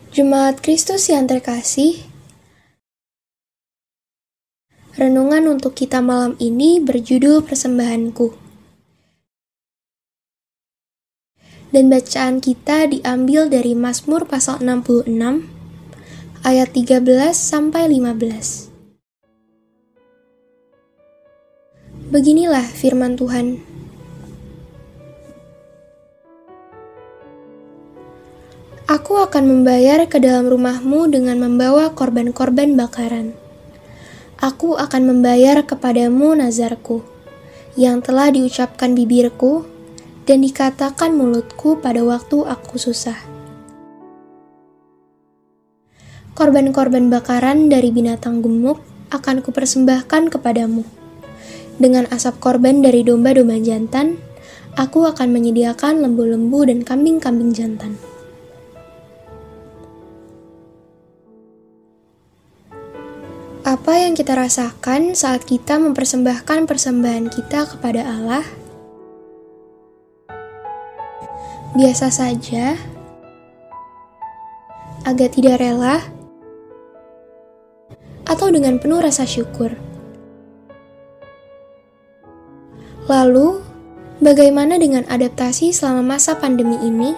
Jemaat Kristus yang terkasih, renungan untuk kita malam ini berjudul Persembahanku. Dan bacaan kita diambil dari Mazmur pasal 66, ayat 13-15. Beginilah firman Tuhan. Aku akan membayar ke dalam rumahmu dengan membawa korban-korban bakaran. Aku akan membayar kepadamu nazarku, yang telah diucapkan bibirku, dan dikatakan mulutku pada waktu aku susah. Korban-korban bakaran dari binatang gemuk akan kupersembahkan kepadamu. Dengan asap korban dari domba-domba jantan, aku akan menyediakan lembu-lembu dan kambing-kambing jantan. Apa yang kita rasakan saat kita mempersembahkan persembahan kita kepada Allah? Biasa saja, agak tidak rela, atau dengan penuh rasa syukur. Lalu, bagaimana dengan adaptasi selama masa pandemi ini?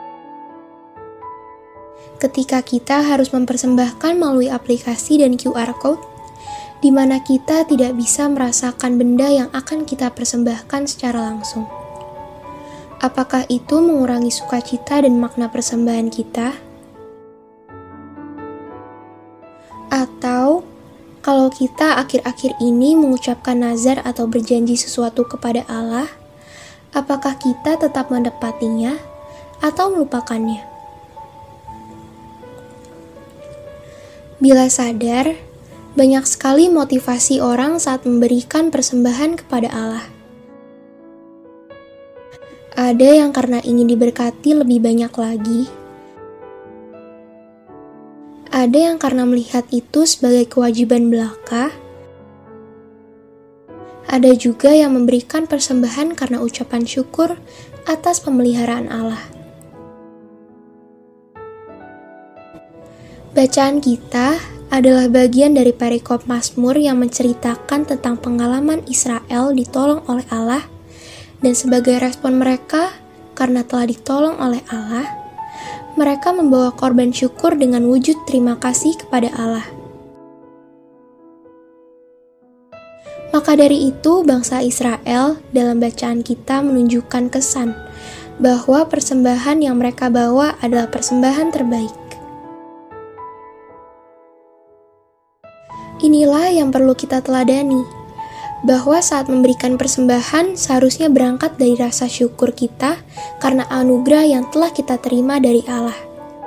Ketika kita harus mempersembahkan melalui aplikasi dan QR Code, di mana kita tidak bisa merasakan benda yang akan kita persembahkan secara langsung. Apakah itu mengurangi sukacita dan makna persembahan kita? Atau, kalau kita akhir-akhir ini mengucapkan nazar atau berjanji sesuatu kepada Allah, apakah kita tetap menepatinya atau melupakannya? Bila sadar, banyak sekali motivasi orang saat memberikan persembahan kepada Allah. Ada yang karena ingin diberkati lebih banyak lagi. Ada yang karena melihat itu sebagai kewajiban belaka. Ada juga yang memberikan persembahan karena ucapan syukur atas pemeliharaan Allah. Bacaan kita adalah bagian dari perikop Mazmur yang menceritakan tentang pengalaman Israel ditolong oleh Allah, dan sebagai respon mereka karena telah ditolong oleh Allah, mereka membawa korban syukur dengan wujud terima kasih kepada Allah. Maka dari itu, bangsa Israel dalam bacaan kita menunjukkan kesan bahwa persembahan yang mereka bawa adalah persembahan terbaik. Inilah yang perlu kita teladani, bahwa saat memberikan persembahan seharusnya berangkat dari rasa syukur kita karena anugerah yang telah kita terima dari Allah.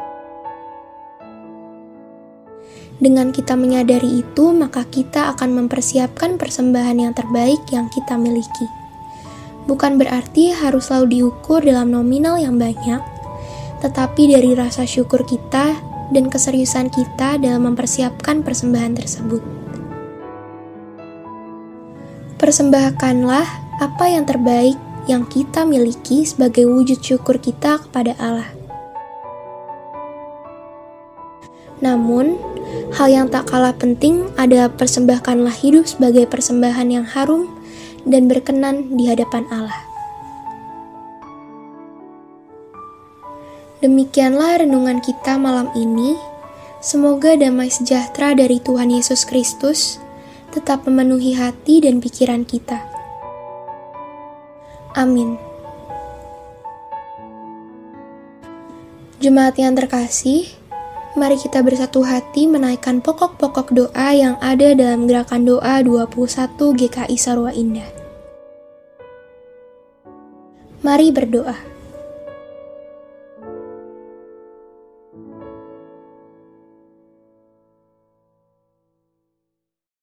Dengan kita menyadari itu, maka kita akan mempersiapkan persembahan yang terbaik yang kita miliki. Bukan berarti harus selalu diukur dalam nominal yang banyak, tetapi dari rasa syukur kita dan keseriusan kita dalam mempersiapkan persembahan tersebut. Persembahkanlah apa yang terbaik yang kita miliki sebagai wujud syukur kita kepada Allah. Namun, hal yang tak kalah penting adalah persembahkanlah hidup sebagai persembahan yang harum dan berkenan di hadapan Allah. Demikianlah renungan kita malam ini. Semoga damai sejahtera dari Tuhan Yesus Kristus tetap memenuhi hati dan pikiran kita. Amin. Jemaat yang terkasih, mari kita bersatu hati menaikkan pokok-pokok doa yang ada dalam gerakan doa 21 GKI Sarwa Indah. Mari berdoa.